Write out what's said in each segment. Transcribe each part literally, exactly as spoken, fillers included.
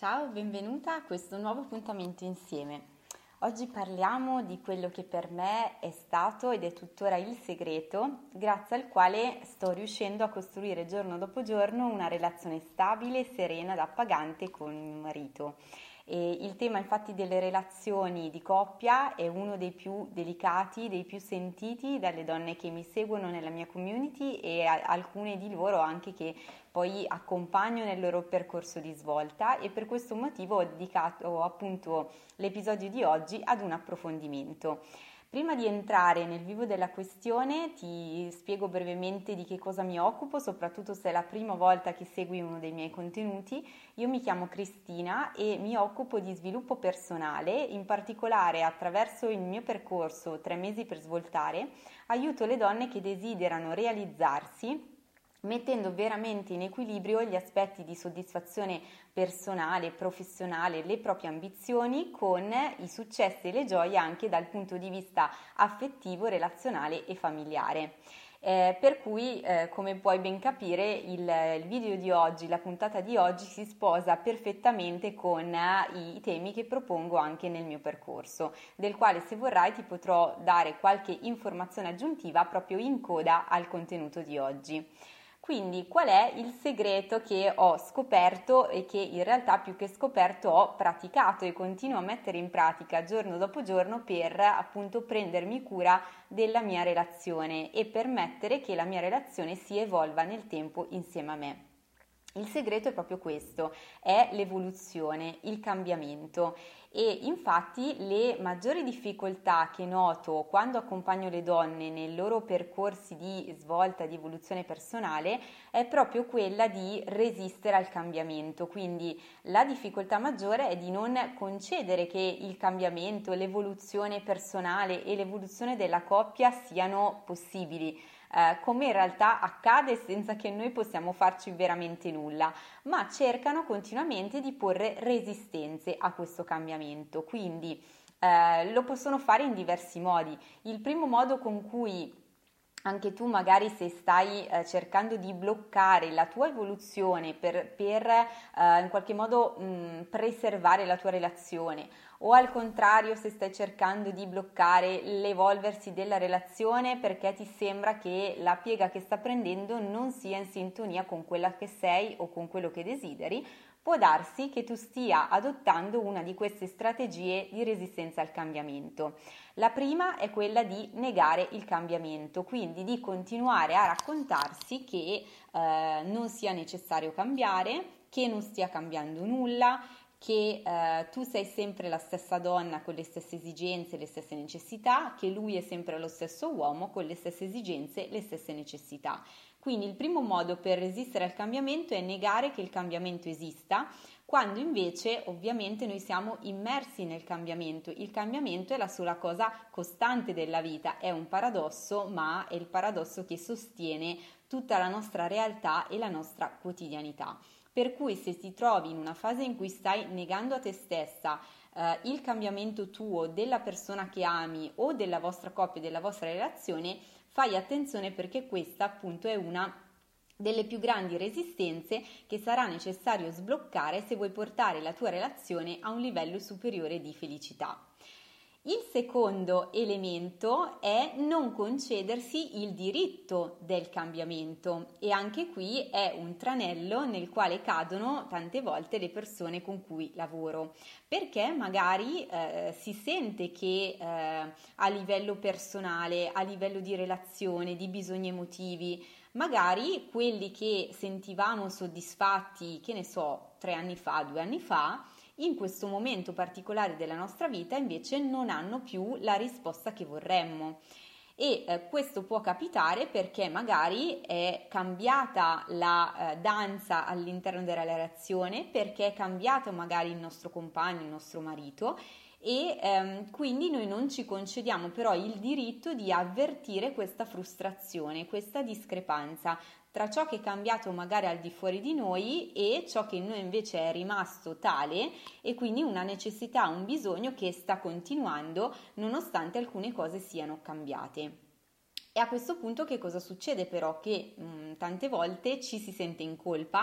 Ciao, benvenuta a questo nuovo appuntamento insieme. Oggi parliamo di quello che per me è stato ed è tuttora il segreto, grazie al quale sto riuscendo a costruire giorno dopo giorno una relazione stabile e serena ed appagante con mio marito. E il tema infatti delle relazioni di coppia è uno dei più delicati, dei più sentiti dalle donne che mi seguono nella mia community e a- alcune di loro anche che poi accompagno nel loro percorso di svolta, e per questo motivo ho dedicato appunto l'episodio di oggi ad un approfondimento. Prima di entrare nel vivo della questione ti spiego brevemente di che cosa mi occupo, soprattutto se è la prima volta che segui uno dei miei contenuti. Io mi chiamo Cristina e mi occupo di sviluppo personale, in particolare attraverso il mio percorso Tre mesi per svoltare, aiuto le donne che desiderano realizzarsi mettendo veramente in equilibrio gli aspetti di soddisfazione personale, professionale, le proprie ambizioni con i successi e le gioie anche dal punto di vista affettivo, relazionale e familiare. Eh, per cui, eh, come puoi ben capire, il, il video di oggi, la puntata di oggi si sposa perfettamente con eh, i temi che propongo anche nel mio percorso, del quale, se vorrai, ti potrò dare qualche informazione aggiuntiva proprio in coda al contenuto di oggi. Quindi qual è il segreto che ho scoperto e che in realtà più che scoperto ho praticato e continuo a mettere in pratica giorno dopo giorno per appunto prendermi cura della mia relazione e permettere che la mia relazione si evolva nel tempo insieme a me? Il segreto è proprio questo, è l'evoluzione, il cambiamento, e infatti le maggiori difficoltà che noto quando accompagno le donne nei loro percorsi di svolta, di evoluzione personale, è proprio quella di resistere al cambiamento. Quindi la difficoltà maggiore è di non concedere che il cambiamento, l'evoluzione personale e l'evoluzione della coppia siano possibili. Eh, come in realtà accade senza che noi possiamo farci veramente nulla, ma cercano continuamente di porre resistenze a questo cambiamento. Quindi eh, lo possono fare in diversi modi. Il primo modo con cui anche tu, magari se stai eh, cercando di bloccare la tua evoluzione per, per eh, in qualche modo mh, preservare la tua relazione, o al contrario se stai cercando di bloccare l'evolversi della relazione perché ti sembra che la piega che sta prendendo non sia in sintonia con quella che sei o con quello che desideri, può darsi che tu stia adottando una di queste strategie di resistenza al cambiamento. La prima è quella di negare il cambiamento, quindi di continuare a raccontarsi che eh, non sia necessario cambiare, che non stia cambiando nulla, che eh, tu sei sempre la stessa donna con le stesse esigenze, le stesse necessità, che lui è sempre lo stesso uomo con le stesse esigenze, le stesse necessità. Quindi il primo modo per resistere al cambiamento è negare che il cambiamento esista, quando invece ovviamente noi siamo immersi nel cambiamento. Il cambiamento è la sola cosa costante della vita, è un paradosso, ma è il paradosso che sostiene tutta la nostra realtà e la nostra quotidianità. Per cui se ti trovi in una fase in cui stai negando a te stessa eh, il cambiamento tuo, della persona che ami o della vostra coppia, della vostra relazione, fai attenzione, perché questa appunto è una delle più grandi resistenze che sarà necessario sbloccare se vuoi portare la tua relazione a un livello superiore di felicità. Il secondo elemento è non concedersi il diritto del cambiamento, e anche qui è un tranello nel quale cadono tante volte le persone con cui lavoro, perché magari eh, si sente che eh, a livello personale, a livello di relazione, di bisogni emotivi, magari quelli che sentivamo soddisfatti, che ne so, tre anni fa, due anni fa, in questo momento particolare della nostra vita invece non hanno più la risposta che vorremmo. E eh, questo può capitare perché magari è cambiata la eh, danza all'interno della relazione, perché è cambiato magari il nostro compagno, il nostro marito, e ehm, quindi noi non ci concediamo però il diritto di avvertire questa frustrazione, questa discrepanza tra ciò che è cambiato magari al di fuori di noi e ciò che in noi invece è rimasto tale, e quindi una necessità, un bisogno che sta continuando nonostante alcune cose siano cambiate. E a questo punto che cosa succede però? Che mh, tante volte ci si sente in colpa,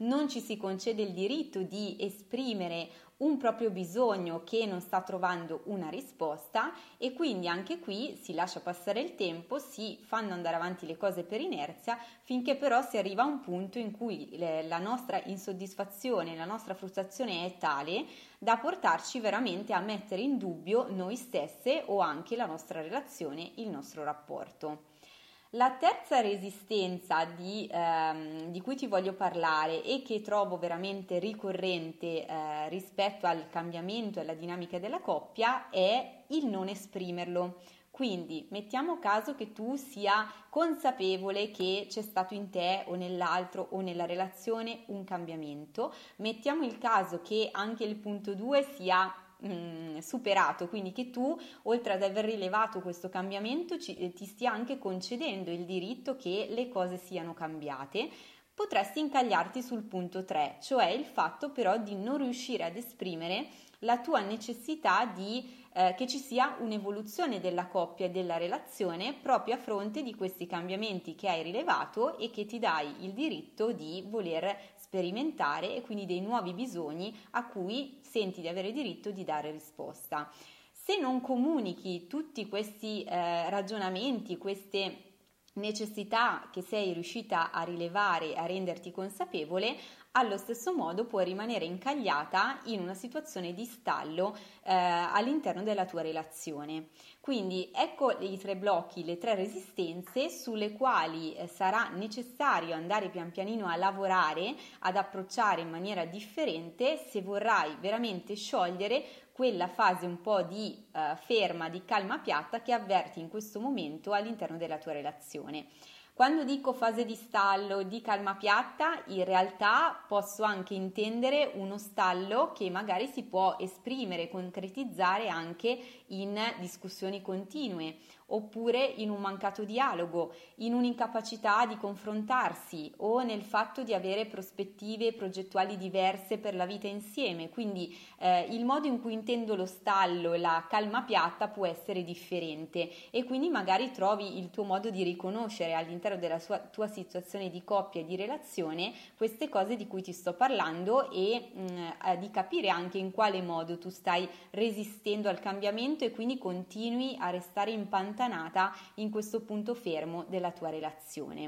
non ci si concede il diritto di esprimere un proprio bisogno che non sta trovando una risposta, e quindi anche qui si lascia passare il tempo, si fanno andare avanti le cose per inerzia, finché però si arriva a un punto in cui le, la nostra insoddisfazione, la nostra frustrazione è tale da portarci veramente a mettere in dubbio noi stesse o anche la nostra relazione, il nostro rapporto. La terza resistenza di, ehm, di cui ti voglio parlare e che trovo veramente ricorrente eh, rispetto al cambiamento e alla dinamica della coppia è il non esprimerlo. Quindi mettiamo caso che tu sia consapevole che c'è stato in te o nell'altro o nella relazione un cambiamento, mettiamo il caso che anche il punto due sia mh, superato, quindi che tu, oltre ad aver rilevato questo cambiamento, ci, ti stia anche concedendo il diritto che le cose siano cambiate. Potresti incagliarti sul punto tre, cioè il fatto però di non riuscire ad esprimere la tua necessità di eh, che ci sia un'evoluzione della coppia e della relazione proprio a fronte di questi cambiamenti che hai rilevato e che ti dai il diritto di voler sperimentare, e quindi dei nuovi bisogni a cui senti di avere diritto di dare risposta. Se non comunichi tutti questi eh, ragionamenti, queste necessità che sei riuscita a rilevare e a renderti consapevole, allo stesso modo puoi rimanere incagliata in una situazione di stallo eh, all'interno della tua relazione. Quindi ecco i tre blocchi, le tre resistenze sulle quali eh, sarà necessario andare pian pianino a lavorare, ad approcciare in maniera differente se vorrai veramente sciogliere quella fase un po' di eh, ferma, di calma piatta che avverti in questo momento all'interno della tua relazione. Quando dico fase di stallo, di calma piatta, in realtà posso anche intendere uno stallo che magari si può esprimere, concretizzare anche in discussioni continue, oppure in un mancato dialogo, in un'incapacità di confrontarsi o nel fatto di avere prospettive progettuali diverse per la vita insieme. Quindi eh, il modo in cui intendo lo stallo e la calma piatta può essere differente, e quindi magari trovi il tuo modo di riconoscere all'interno della sua, tua situazione di coppia e di relazione queste cose di cui ti sto parlando, e mh, di capire anche in quale modo tu stai resistendo al cambiamento e quindi continui a restare impantanata in questo punto fermo della tua relazione.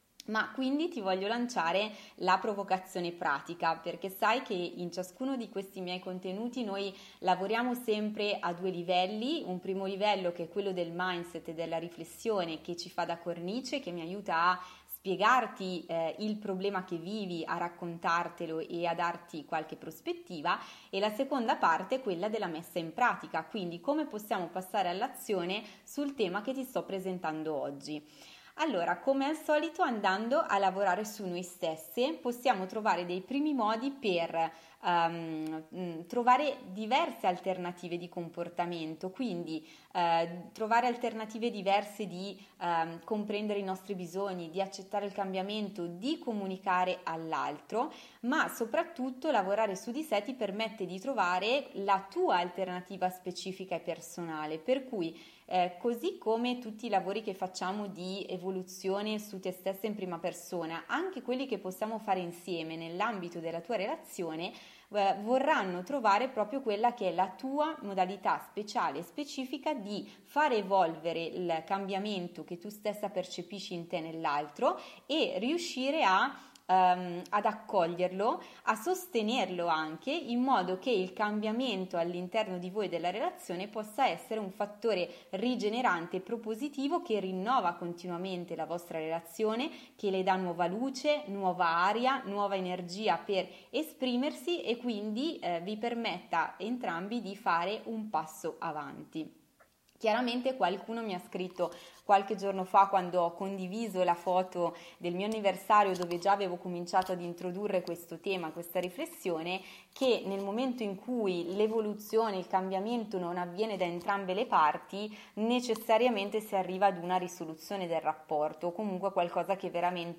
Ma quindi ti voglio lanciare la provocazione pratica, perché sai che in ciascuno di questi miei contenuti noi lavoriamo sempre a due livelli: un primo livello che è quello del mindset e della riflessione, che ci fa da cornice, che mi aiuta a spiegarti eh, il problema che vivi, a raccontartelo e a darti qualche prospettiva, e la seconda parte è quella della messa in pratica, quindi come possiamo passare all'azione sul tema che ti sto presentando oggi. Allora, come al solito, andando a lavorare su noi stesse, possiamo trovare dei primi modi per um, trovare diverse alternative di comportamento, quindi uh, trovare alternative diverse di um, comprendere i nostri bisogni, di accettare il cambiamento, di comunicare all'altro, ma soprattutto lavorare su di sé ti permette di trovare la tua alternativa specifica e personale, per cui Eh, così come tutti i lavori che facciamo di evoluzione su te stessa in prima persona, anche quelli che possiamo fare insieme nell'ambito della tua relazione eh, vorranno trovare proprio quella che è la tua modalità speciale e specifica di fare evolvere il cambiamento che tu stessa percepisci in te nell'altro, e riuscire a Um, ad accoglierlo, a sostenerlo anche, in modo che il cambiamento all'interno di voi della relazione possa essere un fattore rigenerante e propositivo che rinnova continuamente la vostra relazione, che le dà nuova luce, nuova aria, nuova energia per esprimersi, e quindi eh, vi permetta entrambi di fare un passo avanti. Chiaramente qualcuno mi ha scritto qualche giorno fa, quando ho condiviso la foto del mio anniversario dove già avevo cominciato ad introdurre questo tema, questa riflessione, che nel momento in cui l'evoluzione, il cambiamento non avviene da entrambe le parti, necessariamente si arriva ad una risoluzione del rapporto, o comunque qualcosa che veramente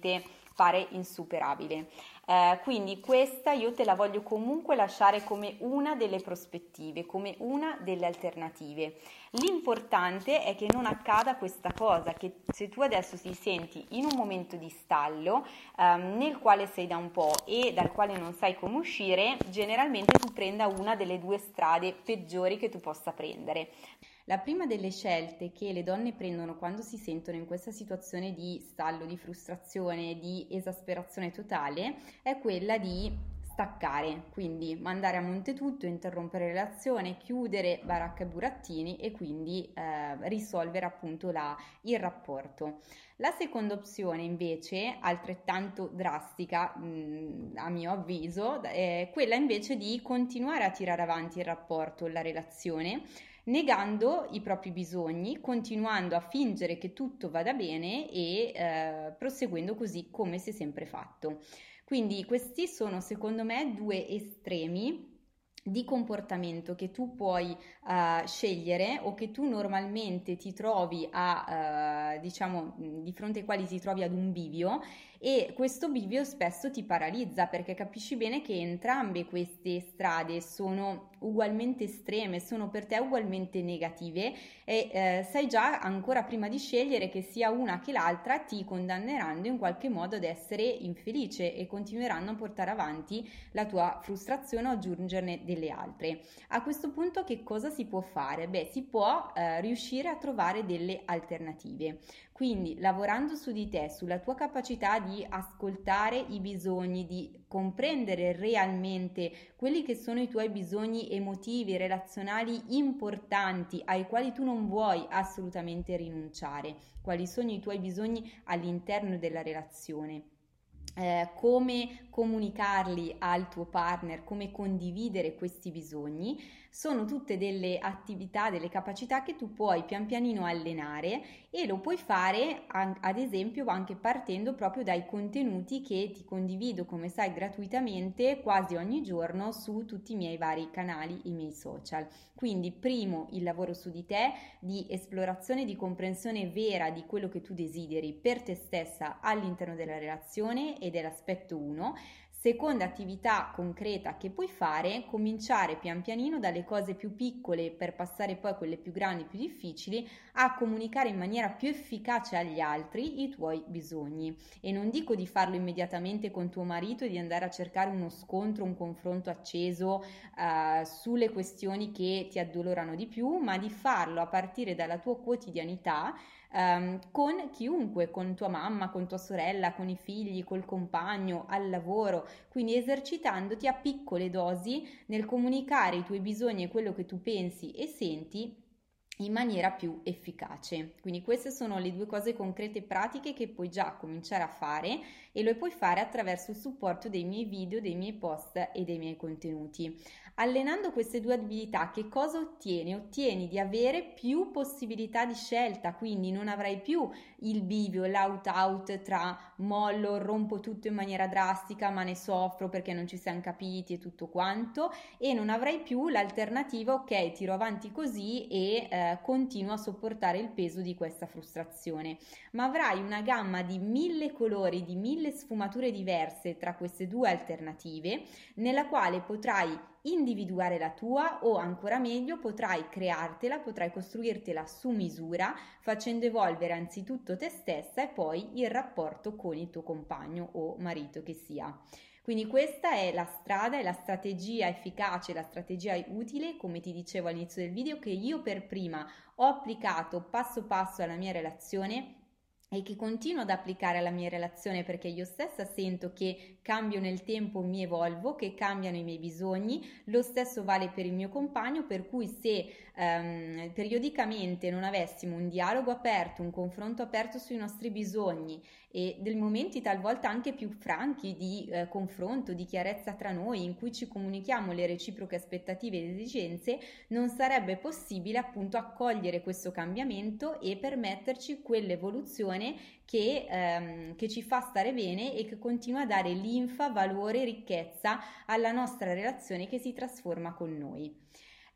pare insuperabile. Eh, quindi questa io te la voglio comunque lasciare come una delle prospettive, come una delle alternative. L'importante è che non accada questa cosa, che se tu adesso ti senti in un momento di stallo ehm, nel quale sei da un po' e dal quale non sai come uscire, generalmente tu prenda una delle due strade peggiori che tu possa prendere. La prima delle scelte che le donne prendono quando si sentono in questa situazione di stallo, di frustrazione, di esasperazione totale è quella di staccare, quindi mandare a monte tutto, interrompere la relazione, chiudere baracca e burattini e quindi eh, risolvere appunto la, il rapporto. La seconda opzione invece, altrettanto drastica mh, a mio avviso, è quella invece di continuare a tirare avanti il rapporto, la relazione, negando i propri bisogni, continuando a fingere che tutto vada bene e eh, proseguendo così come si è sempre fatto. Quindi questi sono secondo me due estremi di comportamento che tu puoi uh, scegliere o che tu normalmente ti trovi a, uh, diciamo, di fronte ai quali ti trovi ad un bivio, e questo bivio spesso ti paralizza perché capisci bene che entrambe queste strade sono ugualmente estreme, sono per te ugualmente negative e eh, sai già ancora prima di scegliere che sia una che l'altra ti condanneranno in qualche modo ad essere infelice e continueranno a portare avanti la tua frustrazione o aggiungerne delle altre. A questo punto che cosa si può fare? Beh, si può eh, riuscire a trovare delle alternative. Quindi lavorando su di te, sulla tua capacità di ascoltare i bisogni, di comprendere realmente quelli che sono i tuoi bisogni emotivi, relazionali importanti ai quali tu non vuoi assolutamente rinunciare, quali sono i tuoi bisogni all'interno della relazione. Eh, come comunicarli al tuo partner, come condividere questi bisogni, sono tutte delle attività, delle capacità che tu puoi pian pianino allenare e lo puoi fare ad esempio anche partendo proprio dai contenuti che ti condivido, come sai, gratuitamente quasi ogni giorno su tutti i miei vari canali, i miei social. Quindi primo il lavoro su di te, di esplorazione, di comprensione vera di quello che tu desideri per te stessa all'interno della relazione ed è l'aspetto uno. Seconda attività concreta che puoi fare, cominciare pian pianino dalle cose più piccole per passare poi a quelle più grandi, più difficili, a comunicare in maniera più efficace agli altri i tuoi bisogni. E non dico di farlo immediatamente con tuo marito e di andare a cercare uno scontro, un confronto acceso eh, sulle questioni che ti addolorano di più, ma di farlo a partire dalla tua quotidianità, Um, con chiunque, con tua mamma, con tua sorella, con i figli, col compagno, al lavoro, quindi esercitandoti a piccole dosi nel comunicare i tuoi bisogni e quello che tu pensi e senti in maniera più efficace. Quindi queste sono le due cose concrete e pratiche che puoi già cominciare a fare e lo puoi fare attraverso il supporto dei miei video, dei miei post e dei miei contenuti. Allenando queste due abilità, che cosa ottieni? Ottieni di avere più possibilità di scelta, quindi non avrai più il bivio, l'out-out tra mollo, rompo tutto in maniera drastica ma ne soffro perché non ci siamo capiti e tutto quanto, e non avrai più l'alternativa, ok, tiro avanti così e eh, continuo a sopportare il peso di questa frustrazione, ma avrai una gamma di mille colori, di mille sfumature diverse tra queste due alternative, nella quale potrai individuare la tua o ancora meglio potrai creartela, potrai costruirtela su misura facendo evolvere anzitutto te stessa e poi il rapporto con il tuo compagno o marito che sia. Quindi questa è la strada, è la strategia efficace, la strategia utile, come ti dicevo all'inizio del video, che io per prima ho applicato passo passo alla mia relazione e che continuo ad applicare alla mia relazione perché io stessa sento che cambio nel tempo, mi evolvo, che cambiano i miei bisogni. Lo stesso vale per il mio compagno, per cui se ehm, periodicamente non avessimo un dialogo aperto, un confronto aperto sui nostri bisogni e dei momenti talvolta anche più franchi di eh, confronto, di chiarezza tra noi, in cui ci comunichiamo le reciproche aspettative ed esigenze, non sarebbe possibile appunto accogliere questo cambiamento e permetterci quell'evoluzione che, ehm, che ci fa stare bene e che continua a dare linfa, valore, ricchezza alla nostra relazione che si trasforma con noi.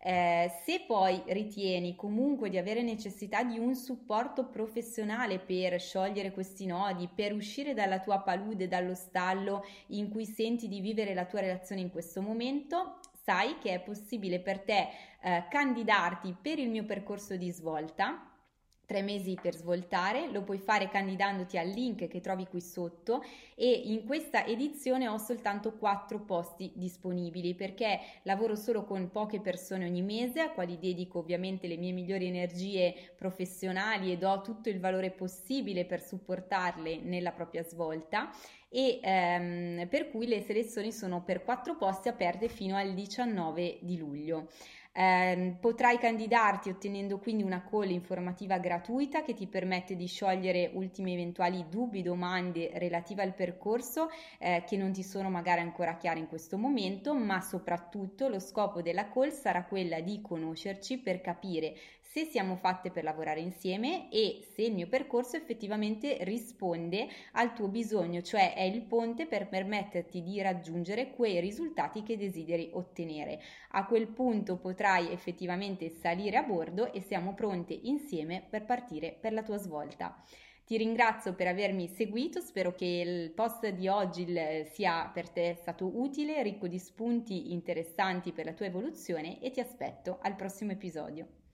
Eh, se poi ritieni comunque di avere necessità di un supporto professionale per sciogliere questi nodi, per uscire dalla tua palude, dallo stallo in cui senti di vivere la tua relazione in questo momento, sai che è possibile per te eh, candidarti per il mio percorso di svolta. Tre mesi per svoltare, lo puoi fare candidandoti al link che trovi qui sotto, e in questa edizione ho soltanto quattro posti disponibili perché lavoro solo con poche persone ogni mese, a quali dedico ovviamente le mie migliori energie professionali e do tutto il valore possibile per supportarle nella propria svolta, e ehm, per cui le selezioni sono per quattro posti aperte fino al diciannove di luglio. Eh, potrai candidarti ottenendo quindi una call informativa gratuita che ti permette di sciogliere ultimi eventuali dubbi, domande relative al percorso eh, che non ti sono magari ancora chiare in questo momento, ma soprattutto lo scopo della call sarà quella di conoscerci per capire se siamo fatte per lavorare insieme e se il mio percorso effettivamente risponde al tuo bisogno, cioè è il ponte per permetterti di raggiungere quei risultati che desideri ottenere. A quel punto potrai effettivamente salire a bordo e siamo pronte insieme per partire per la tua svolta. Ti ringrazio per avermi seguito, spero che il post di oggi sia per te stato utile, ricco di spunti interessanti per la tua evoluzione, e ti aspetto al prossimo episodio.